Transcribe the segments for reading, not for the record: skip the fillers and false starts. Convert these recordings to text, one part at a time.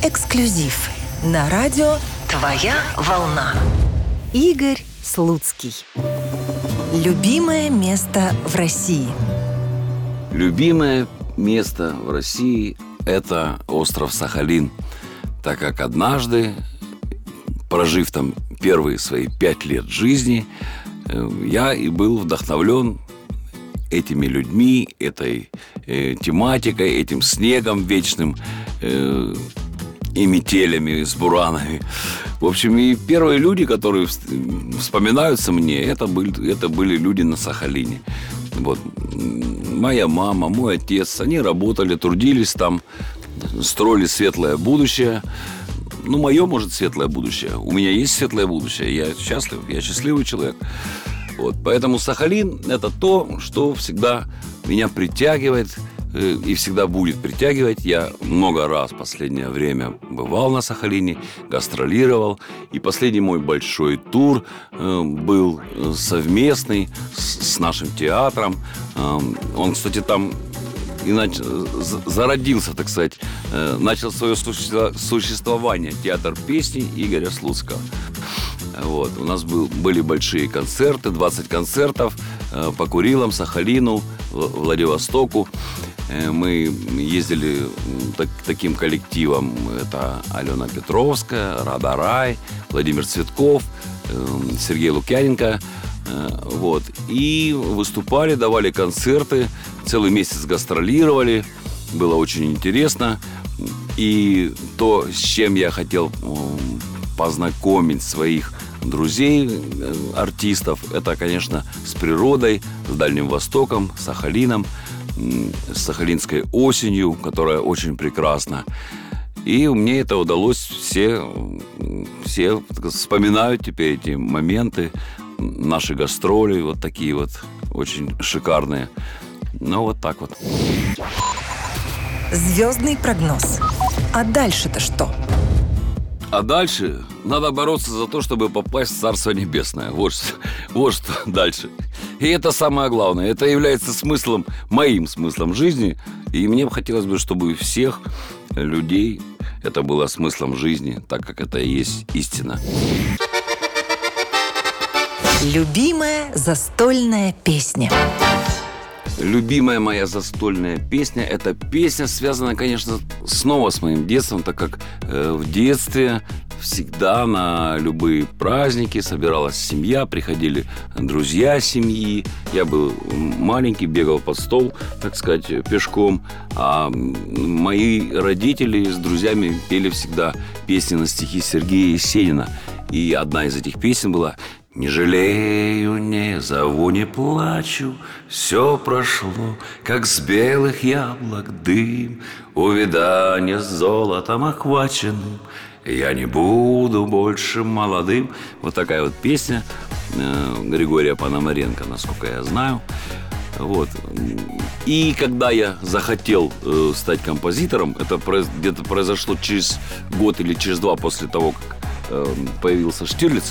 Эксклюзив на радио «Твоя волна». Игорь Слуцкий. Любимое место в России. Любимое место в России – это остров Сахалин, так как однажды, прожив там первые свои 5 лет жизни, я и был вдохновлен этими людьми, этой тематикой, этим снегом вечным, и метелями, с буранами. В общем, и первые люди, которые вспоминаются мне, это были люди на Сахалине. Вот. Моя мама, мой отец, они работали, трудились там, строили светлое будущее. Ну, мое, может, светлое будущее. У меня есть светлое будущее. Я счастлив, я счастливый человек. Вот. Поэтому Сахалин – это то, что всегда меня притягивает и всегда будет притягивать. Я много раз в последнее время бывал на Сахалине, гастролировал. И последний мой большой тур был совместный с нашим театром. Он, кстати, там зародился, так сказать, начал свое существование театр песни Игоря Слуцкого. Вот. У нас были большие концерты, 20 концертов по Курилам, Сахалину, Владивостоку. Мы ездили таким коллективом. Это Алена Петровская, Рада Рай, Владимир Цветков, Сергей Лукьяненко. Вот. И выступали, давали концерты, целый месяц гастролировали. Было очень интересно. И то, с чем я хотел познакомить своих друзей, артистов, это, конечно, с природой, с Дальним Востоком, с Сахалином, с сахалинской осенью, которая очень прекрасна. И мне это удалось. Все вспоминают теперь эти моменты, наши гастроли, вот такие вот очень шикарные. Ну, вот так вот. Звездный прогноз. А дальше-то что? А дальше надо бороться за то, чтобы попасть в Царство Небесное. Вот что дальше. И это самое главное. Это является моим смыслом жизни. И мне бы хотелось бы, чтобы у всех людей это было смыслом жизни, так как это и есть истина. Любимая застольная песня. Любимая моя застольная песня – это песня, связанная, конечно, снова с моим детством, так как в детстве всегда на любые праздники собиралась семья, приходили друзья семьи. Я был маленький, бегал под стол, так сказать, пешком. А мои родители с друзьями пели всегда песни на стихи Сергея Есенина. И одна из этих песен была: «Не жалею, не зову, не плачу, все прошло, как с белых яблок дым, увядание с золотом охваченным, я не буду больше молодым». Вот такая вот песня Григория Пономаренко, насколько я знаю. Вот. И когда я захотел стать композитором, это где-то произошло через год или через 2 после того, как появился Штирлиц,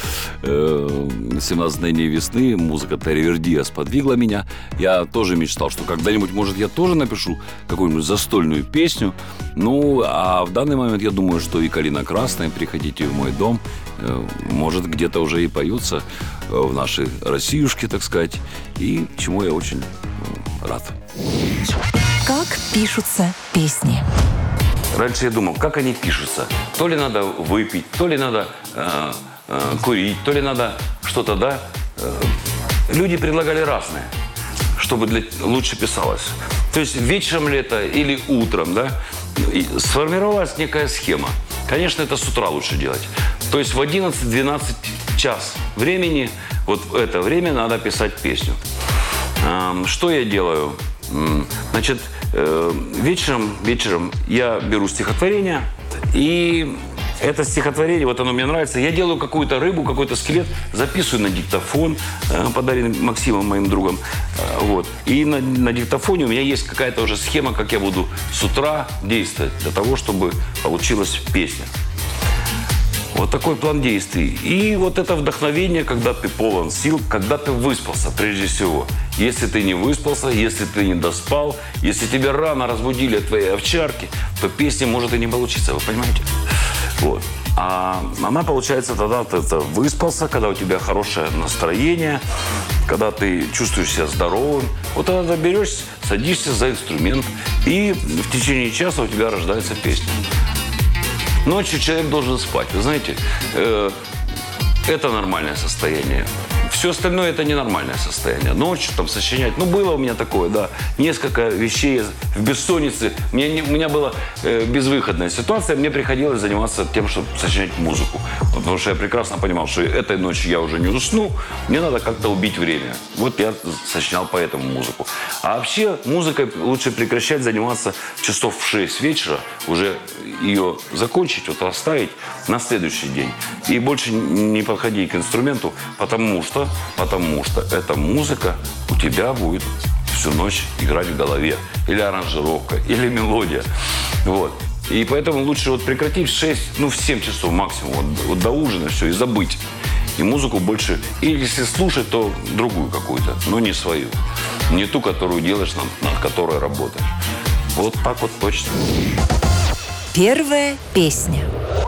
17 дней весны, музыка Терри Вердиа сподвигла меня. Я тоже мечтал, что когда-нибудь, может, я тоже напишу какую-нибудь застольную песню. Ну, а в данный момент я думаю, что и «Калина красная», «Приходите в мой дом», может, где-то уже и поются в нашей Россиюшке, так сказать, и чему я очень рад. Как пишутся песни? Раньше я думал, как они пишутся. То ли надо выпить, то ли надо курить, то ли надо что-то, да. Люди предлагали разное, чтобы лучше писалось. То есть вечером ли это или утром, да. И сформировалась некая схема. Конечно, это с утра лучше делать. То есть в 11-12 час времени, вот в это время надо писать песню. Что я делаю? Значит, вечером я беру стихотворение, и это стихотворение, вот оно мне нравится, я делаю какую-то рыбу, какой-то скелет, записываю на диктофон, подаренный Максимом, моим другом, вот. И на диктофоне у меня есть какая-то уже схема, как я буду с утра действовать для того, чтобы получилась песня. Вот такой план действий. И вот это вдохновение, когда ты полон сил, когда ты выспался, прежде всего. Если ты не выспался, если ты не доспал, если тебя рано разбудили от твоей овчарки, то песня может и не получиться, вы понимаете? Вот. А она получается тогда, ты выспался, когда у тебя хорошее настроение, когда ты чувствуешь себя здоровым. Вот тогда ты берешь, садишься за инструмент, и в течение часа у тебя рождается песня. Ночью человек должен спать. Вы знаете, это нормальное состояние. Все остальное – это ненормальное состояние. Ночью там сочинять. Ну, было у меня такое, да. Несколько вещей в бессоннице. У меня была безвыходная ситуация. Мне приходилось заниматься тем, чтобы сочинять музыку. Потому что я прекрасно понимал, что этой ночью я уже не усну. Мне надо как-то убить время. Вот я сочинял поэтому музыку. А вообще музыкой лучше прекращать заниматься часов в 6 вечера. Уже ее закончить, вот оставить на следующий день. И больше не подходи к инструменту, потому что эта музыка у тебя будет всю ночь играть в голове. Или аранжировка, или мелодия. Вот. И поэтому лучше вот прекратить в 6, в 7 часов максимум. Вот до ужина все, и забыть. И музыку больше... Или если слушать, то другую какую-то, но не свою. Не ту, которую делаешь, над которой работаешь. Вот так вот точно. Первая песня.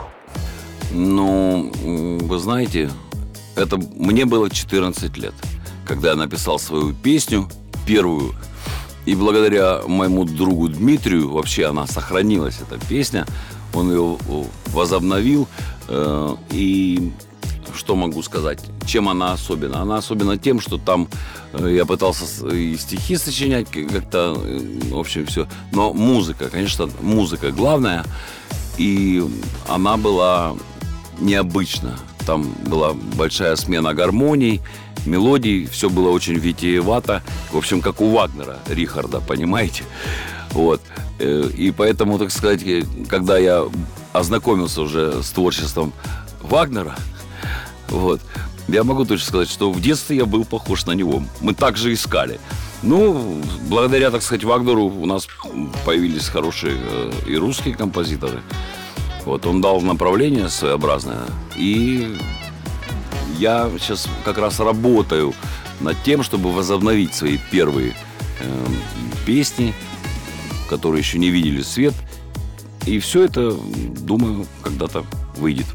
Вы знаете, мне было 14 лет, когда я написал свою песню, первую. И благодаря моему другу Дмитрию, вообще она сохранилась, эта песня. Он ее возобновил. И что могу сказать? Чем она особенна? Она особенна тем, что там я пытался и стихи сочинять как-то, в общем, все. Но музыка, конечно, музыка главная. И она была необычна. Там была большая смена гармоний, мелодий. Все было очень витиевато. В общем, как у Вагнера, Рихарда, понимаете? Вот. И поэтому, так сказать, когда я ознакомился уже с творчеством Вагнера, вот, я могу точно сказать, что в детстве я был похож на него. Мы также искали. Благодаря, так сказать, Вагнеру у нас появились хорошие и русские композиторы. Вот, он дал направление своеобразное. И я сейчас как раз работаю над тем, чтобы возобновить свои первые песни, которые еще не видели свет. И все это, думаю, когда-то выйдет.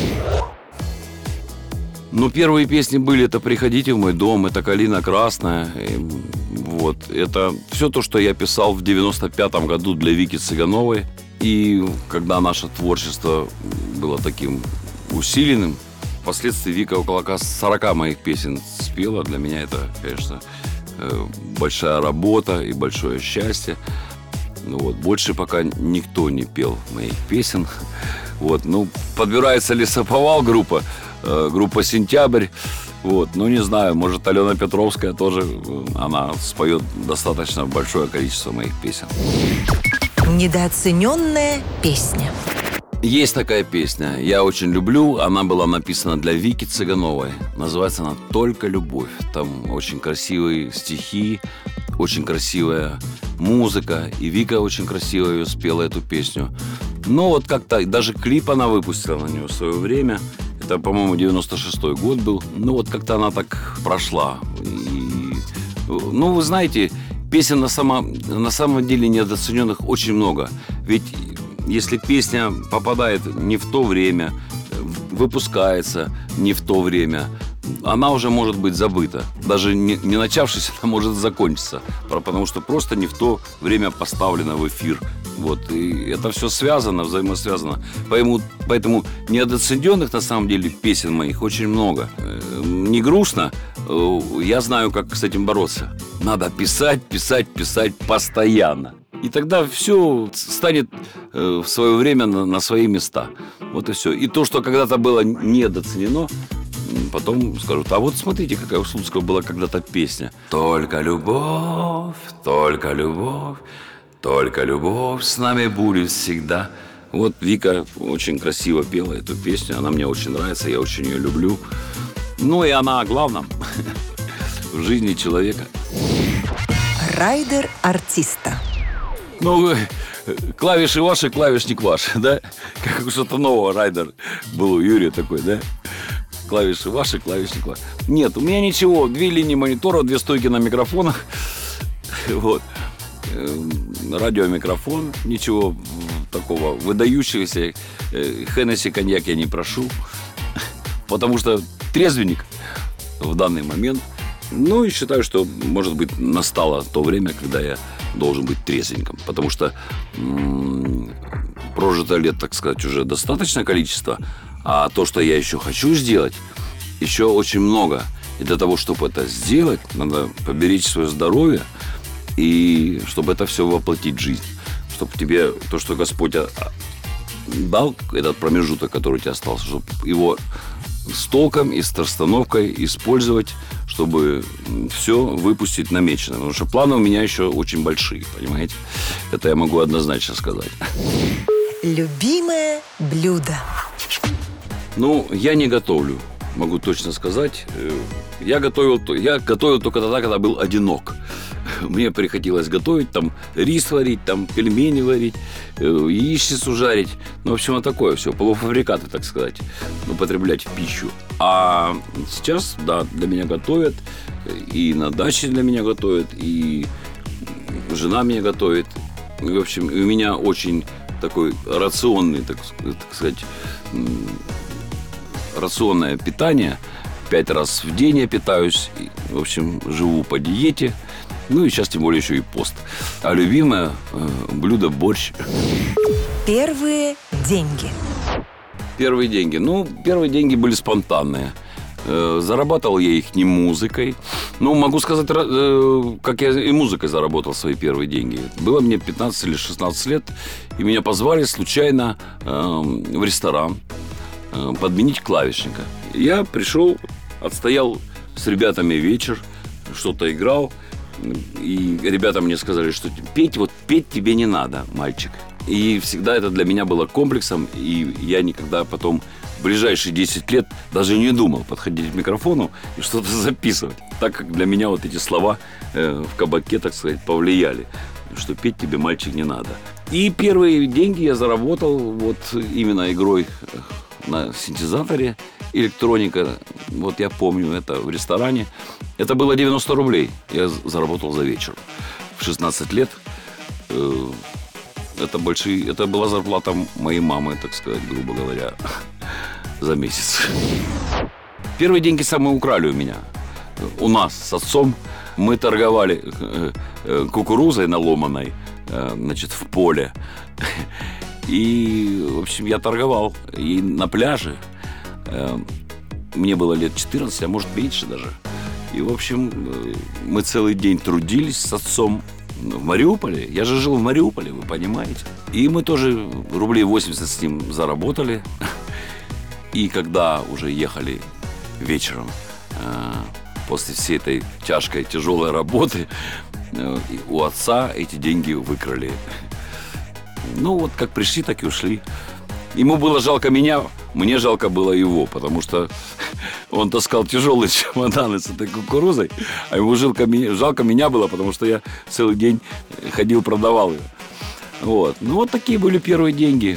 Первые песни были: это «Приходите в мой дом», это «Калина красная». Вот. Это все то, что я писал в 95-м году для Вики Цыгановой. И когда наше творчество было таким усиленным, впоследствии Вика около 40 моих песен спела. Для меня это, конечно, большая работа и большое счастье. Вот. Больше пока никто не пел моих песен. Вот. Подбирается Лесоповал группа «Сентябрь». Вот. Не знаю, может, Алена Петровская тоже, она споет достаточно большое количество моих песен. Недооцененная песня. Есть такая песня, я очень люблю. Она была написана для Вики Цыгановой. Называется она «Только любовь». Там очень красивые стихи, очень красивая музыка. И Вика очень красиво ее спела, эту песню. Вот как-то даже клип она выпустила на нее в свое время. Это, по-моему, 96-й год был. Вот как-то она так прошла. И, вы знаете, песен на самом деле недооцененных очень много. Ведь если песня попадает не в то время, выпускается не в то время, она уже может быть забыта. Даже не начавшись, она может закончиться. Потому что просто не в то время поставлена в эфир. Вот. И это все связано, взаимосвязано. Поэтому недооцененных на самом деле песен моих очень много. Не грустно. Я знаю, как с этим бороться. Надо писать постоянно. И тогда все станет в свое время на свои места. Вот и все. И то, что когда-то было недооценено, потом скажут: а вот смотрите, какая у Слуцкого была когда-то песня. Только любовь, только любовь, только любовь с нами будет всегда. Вот Вика очень красиво пела эту песню. Она мне очень нравится, я очень ее люблю. И она о главном в жизни человека. Райдер артиста. Ну, клавиши ваши, клавишник ваш, да? Как что-то нового, райдер был у Юрия такой, да? Клавиши ваши, клавишник ваш. Нет, у меня ничего. 2 линии монитора, 2 стойки на микрофонах. Вот. Радиомикрофон. Ничего такого выдающегося. Хеннесси коньяк я не прошу. Потому что трезвенник в данный момент. Ну, и считаю, что, может быть, настало то время, когда я должен быть трезвенником. Потому что прожито лет, так сказать, уже достаточное количество. А то, что я еще хочу сделать, еще очень много. И для того, чтобы это сделать, надо поберечь свое здоровье. И чтобы это все воплотить в жизнь. Чтобы тебе то, что Господь дал, этот промежуток, который у тебя остался, чтобы его с толком и с расстановкой использовать, чтобы все выпустить намечено. Потому что планы у меня еще очень большие, понимаете? Это я могу однозначно сказать. Любимое блюдо. Ну, я не готовлю, могу точно сказать. Я готовил только тогда, когда был одинок. Мне приходилось готовить, там, рис варить, там, пельмени варить, яичницу жарить. Ну, в общем, вот такое все, полуфабрикаты, так сказать, употреблять в пищу. А сейчас, да, для меня готовят, и на даче для меня готовят, и жена меня готовит. И, в общем, у меня очень такой рационный, так сказать, рационное питание. 5 раз в день я питаюсь. И, в общем, живу по диете. Ну и сейчас тем более еще и пост. А любимое блюдо – борщ. Первые деньги. Первые деньги. Ну, первые деньги были спонтанные. Зарабатывал я их не музыкой. Ну, могу сказать, как я и музыкой заработал свои первые деньги. Было мне 15 или 16 лет, и меня позвали случайно в ресторан подменить клавишника. Я пришел, отстоял с ребятами вечер, что-то играл. И ребята мне сказали, что петь тебе не надо, мальчик. И всегда это для меня было комплексом. И я никогда потом в ближайшие 10 лет даже не думал подходить к микрофону и что-то записывать. Так как для меня вот эти слова в кабаке, так сказать, повлияли. Что петь тебе, мальчик, не надо. И первые деньги я заработал вот именно игрой на синтезаторе. Электроника, вот я помню это в ресторане. Это было 90 рублей. Я заработал за вечер. В 16 лет. Это была зарплата моей мамы, так сказать, грубо говоря, за месяц. Первые деньги самые украли у меня. У нас с отцом мы торговали кукурузой наломанной, значит, в поле. И, в общем, я торговал и на пляже. Мне было лет 14, а может меньше даже. И, в общем, мы целый день трудились с отцом в Мариуполе. Я же жил в Мариуполе, вы понимаете. И мы тоже рублей 80 с ним заработали. И когда уже ехали вечером после всей этой тяжкой, тяжелой работы, у отца эти деньги выкрали. Ну, вот как пришли, так и ушли. Ему было жалко меня, мне жалко было его, потому что он таскал тяжелые чемоданы с этой кукурузой, а ему жалко меня было, потому что я целый день ходил, продавал ее. Вот. Ну, вот такие были первые деньги.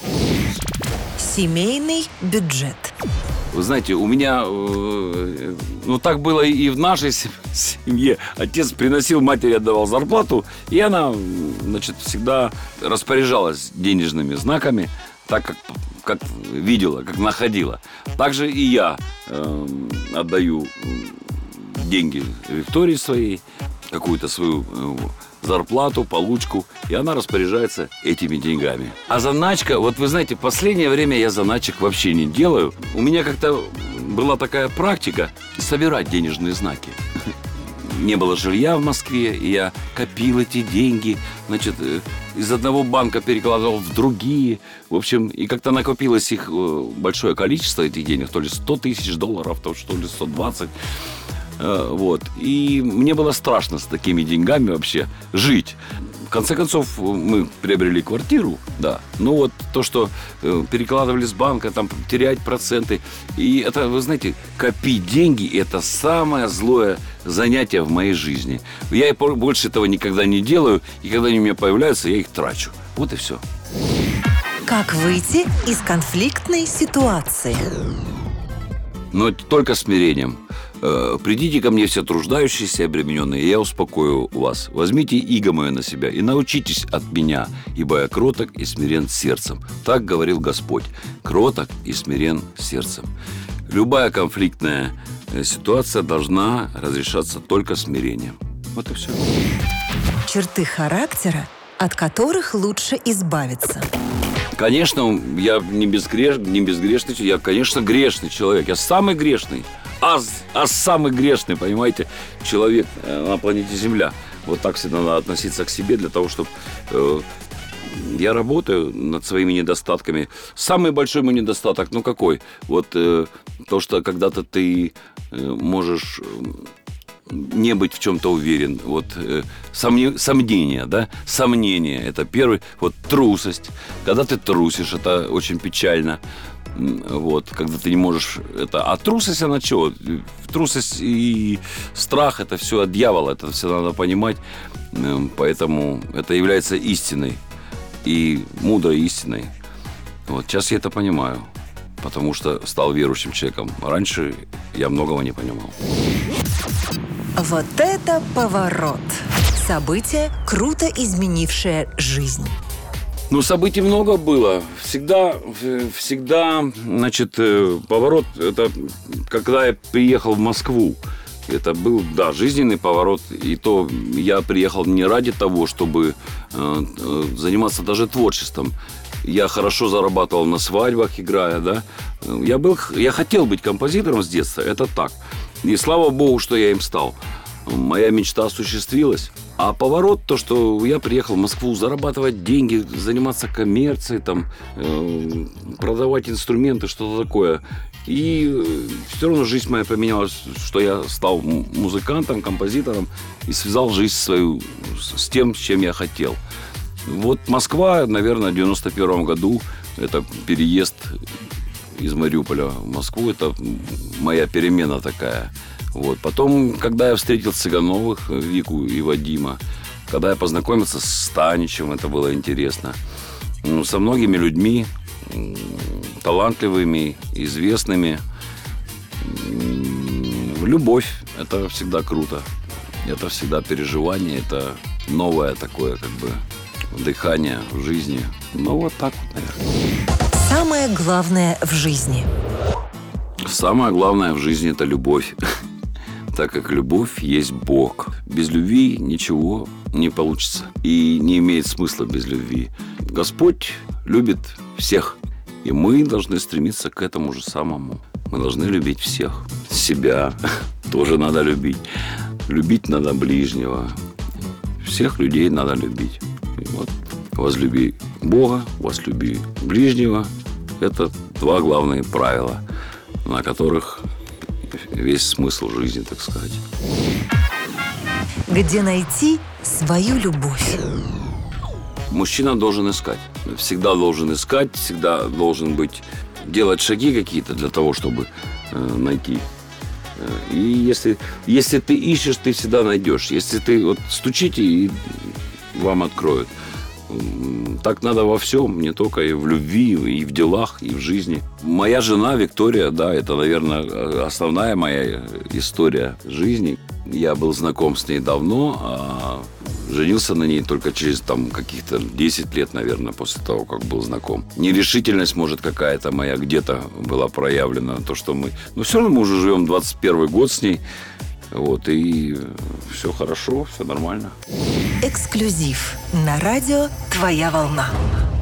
Семейный бюджет. Вы знаете, у меня, ну, так было и в нашей семье. Отец приносил, матери отдавал зарплату, и она, значит, всегда распоряжалась денежными знаками, так как видела, как находила. Также и я отдаю деньги Виктории своей, какую-то свою зарплату, получку, и она распоряжается этими деньгами. А заначка, вот вы знаете, в последнее время я заначек вообще не делаю. У меня как-то была такая практика собирать денежные знаки. Не было жилья в Москве, и я копил эти деньги, значит, из одного банка перекладывал в другие. В общем, и как-то накопилось их большое количество, этих денег, то ли 100 тысяч долларов, то ли 120. Вот. И мне было страшно с такими деньгами вообще жить. В конце концов, мы приобрели квартиру, да. Но вот то, что перекладывали с банка, там, терять проценты. И это, вы знаете, копить деньги – это самое злое занятие в моей жизни. Я больше этого никогда не делаю, и когда они у меня появляются, я их трачу. Вот и все. Как выйти из конфликтной ситуации? Но только смирением. Придите ко мне все труждающиеся и обремененные, я успокою вас. Возьмите иго мое на себя и научитесь от меня, ибо я кроток и смирен сердцем. Так говорил Господь. Кроток и смирен сердцем. Любая конфликтная ситуация должна разрешаться только смирением. Вот и все. Черты характера, от которых лучше избавиться. Конечно, я не безгрешный, я, конечно, грешный человек. Я самый грешный, самый грешный, понимаете, человек на планете Земля. Вот так всегда надо относиться к себе, для того, чтобы... Я работаю над своими недостатками. Самый большой мой недостаток, ну какой? Вот то, что когда-то ты можешь... не быть в чем-то уверен. Вот сомнение, да? Сомнение – это первый. Вот трусость. Когда ты трусишь, это очень печально. Вот, когда ты не можешь это... А трусость, она чего? Трусость и страх – это все от дьявола. Это все надо понимать. Поэтому это является истиной. И мудрой истиной. Вот, сейчас я это понимаю. Потому что стал верующим человеком. Раньше я многого не понимал. Вот это поворот! Событие, круто изменившее жизнь. Ну, событий много было. Всегда, значит, поворот, это когда я приехал в Москву. Это был, да, жизненный поворот. И то я приехал не ради того, чтобы заниматься даже творчеством. Я хорошо зарабатывал на свадьбах, играя, да. Я хотел быть композитором с детства, это так. И слава богу, что я им стал. Моя мечта осуществилась. А поворот, то, что я приехал в Москву зарабатывать деньги, заниматься коммерцией, там, продавать инструменты, что-то такое. И все равно жизнь моя поменялась, что я стал музыкантом, композитором и связал жизнь свою с тем, с чем я хотел. Вот Москва, наверное, в 91 году, это переезд из Мариуполя в Москву, это моя перемена такая. Вот. Потом, когда я встретил Цыгановых, Вику и Вадима, когда я познакомился с Станичем, это было интересно. Ну, со многими людьми, талантливыми, известными. Любовь – это всегда круто. Это всегда переживание, это новое такое, как бы, дыхание в жизни. Ну, вот так вот, наверное. Самое главное в жизни. Самое главное в жизни – это любовь. Так как любовь есть Бог. Без любви ничего не получится. И не имеет смысла без любви. Господь любит всех. И мы должны стремиться к этому же самому. Мы должны любить всех. Себя тоже надо любить. Любить надо ближнего. Всех людей надо любить. И вот возлюби Бога, возлюби ближнего. Это два главные правила, на которых весь смысл жизни, так сказать. Где найти свою любовь? Мужчина должен искать. Всегда должен искать, всегда должен делать шаги какие-то для того, чтобы найти. И если ты ищешь, ты всегда найдешь. Если ты вот стучите, и вам откроют. Так надо во всем, не только и в любви, и в делах, и в жизни. Моя жена Виктория, да, это, наверное, основная моя история жизни. Я был знаком с ней давно, а женился на ней только через каких-то 10 лет, наверное, после того, как был знаком. Нерешительность, может, какая-то моя где-то была проявлена, то, что мы... Но все равно мы уже живем 21 год с ней. Вот, и все хорошо, все нормально. Эксклюзив на радио «Твоя волна».